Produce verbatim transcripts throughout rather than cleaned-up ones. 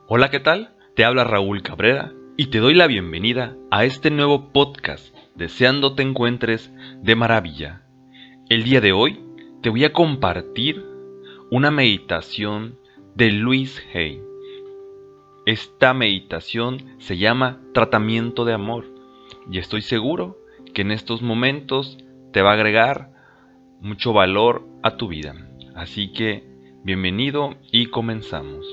Hola, ¿qué tal? Te habla Raúl Cabrera y te doy la bienvenida a este nuevo podcast, deseando te encuentres de maravilla. El día de hoy te voy a compartir una meditación de Louise Hay. Esta meditación se llama Tratamiento de Amor y estoy seguro que en estos momentos te va a agregar mucho valor a tu vida. Así que bienvenido y comenzamos.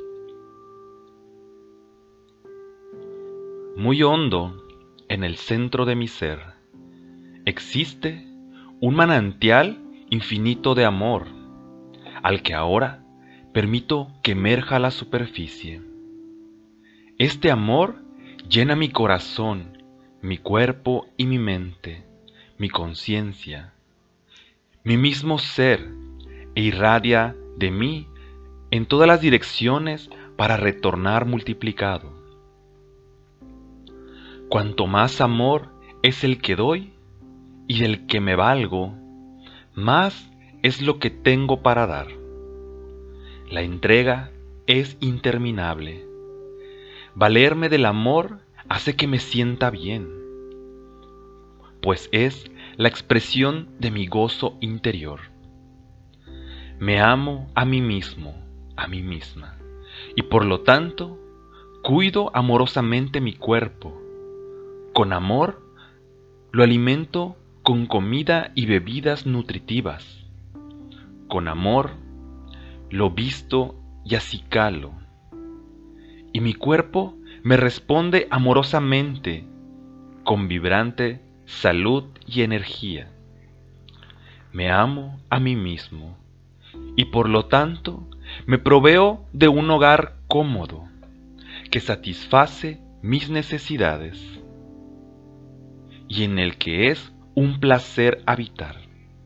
Muy hondo en el centro de mi ser existe un manantial infinito de amor, al que ahora permito que emerja a la superficie. Este amor llena mi corazón, mi cuerpo y mi mente, mi conciencia, mi mismo ser, e irradia de mí en todas las direcciones para retornar multiplicado. Cuanto más amor es el que doy y del que me valgo, más es lo que tengo para dar. La entrega es interminable. Valerme del amor hace que me sienta bien, pues es la expresión de mi gozo interior. Me amo a mí mismo, a mí misma, y por lo tanto, cuido amorosamente mi cuerpo. Con amor, lo alimento con comida y bebidas nutritivas. Con amor, lo visto y acicalo. Y mi cuerpo me responde amorosamente, con vibrante salud y energía. Me amo a mí mismo, y por lo tanto, me proveo de un hogar cómodo, que satisface mis necesidades, y en el que es un placer habitar.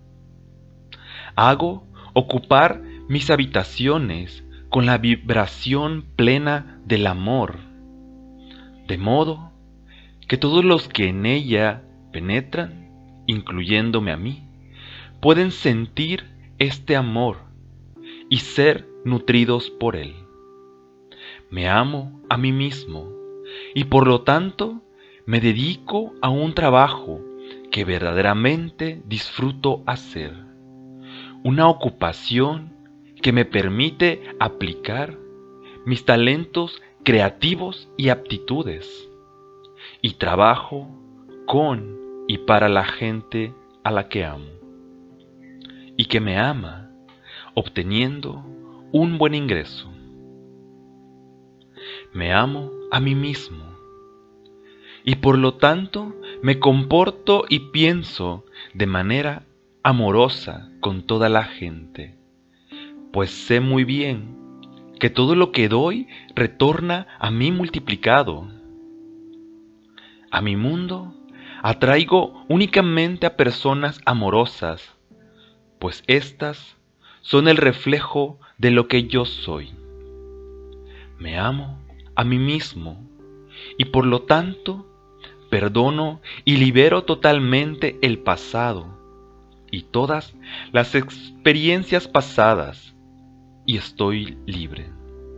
Hago ocupar mis habitaciones con la vibración plena del amor, de modo que todos los que en ella penetran, incluyéndome a mí, pueden sentir este amor y ser nutridos por él. Me amo a mí mismo y por lo tanto me dedico a un trabajo que verdaderamente disfruto hacer, una ocupación que me permite aplicar mis talentos creativos y aptitudes, y trabajo con y para la gente a la que amo, y que me ama, obteniendo un buen ingreso. Me amo a mí mismo, y por lo tanto me comporto y pienso de manera amorosa con toda la gente, pues sé muy bien que todo lo que doy retorna a mí multiplicado. A mi mundo atraigo únicamente a personas amorosas, pues éstas son el reflejo de lo que yo soy. Me amo a mí mismo y por lo tanto perdono y libero totalmente el pasado y todas las experiencias pasadas y estoy libre.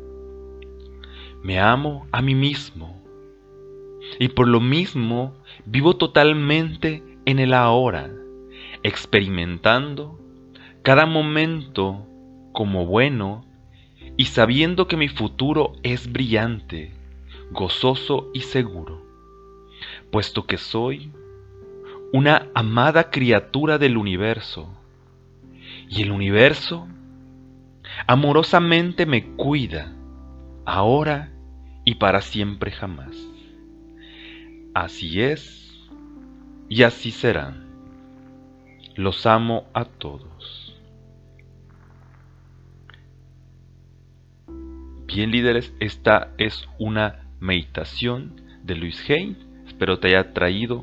Me amo a mí mismo y por lo mismo vivo totalmente en el ahora, experimentando cada momento como bueno y sabiendo que mi futuro es brillante, gozoso y seguro, puesto que soy una amada criatura del universo, y el universo amorosamente me cuida, ahora y para siempre jamás. Así es, y así será. Los amo a todos. Bien, líderes, esta es una meditación de Louise Hay. Espero te haya traído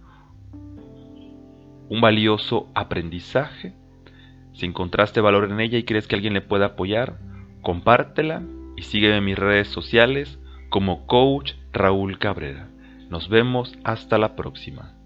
un valioso aprendizaje. Si encontraste valor en ella y crees que alguien le pueda apoyar, compártela y sígueme en mis redes sociales como Coach Raúl Cabrera. Nos vemos hasta la próxima.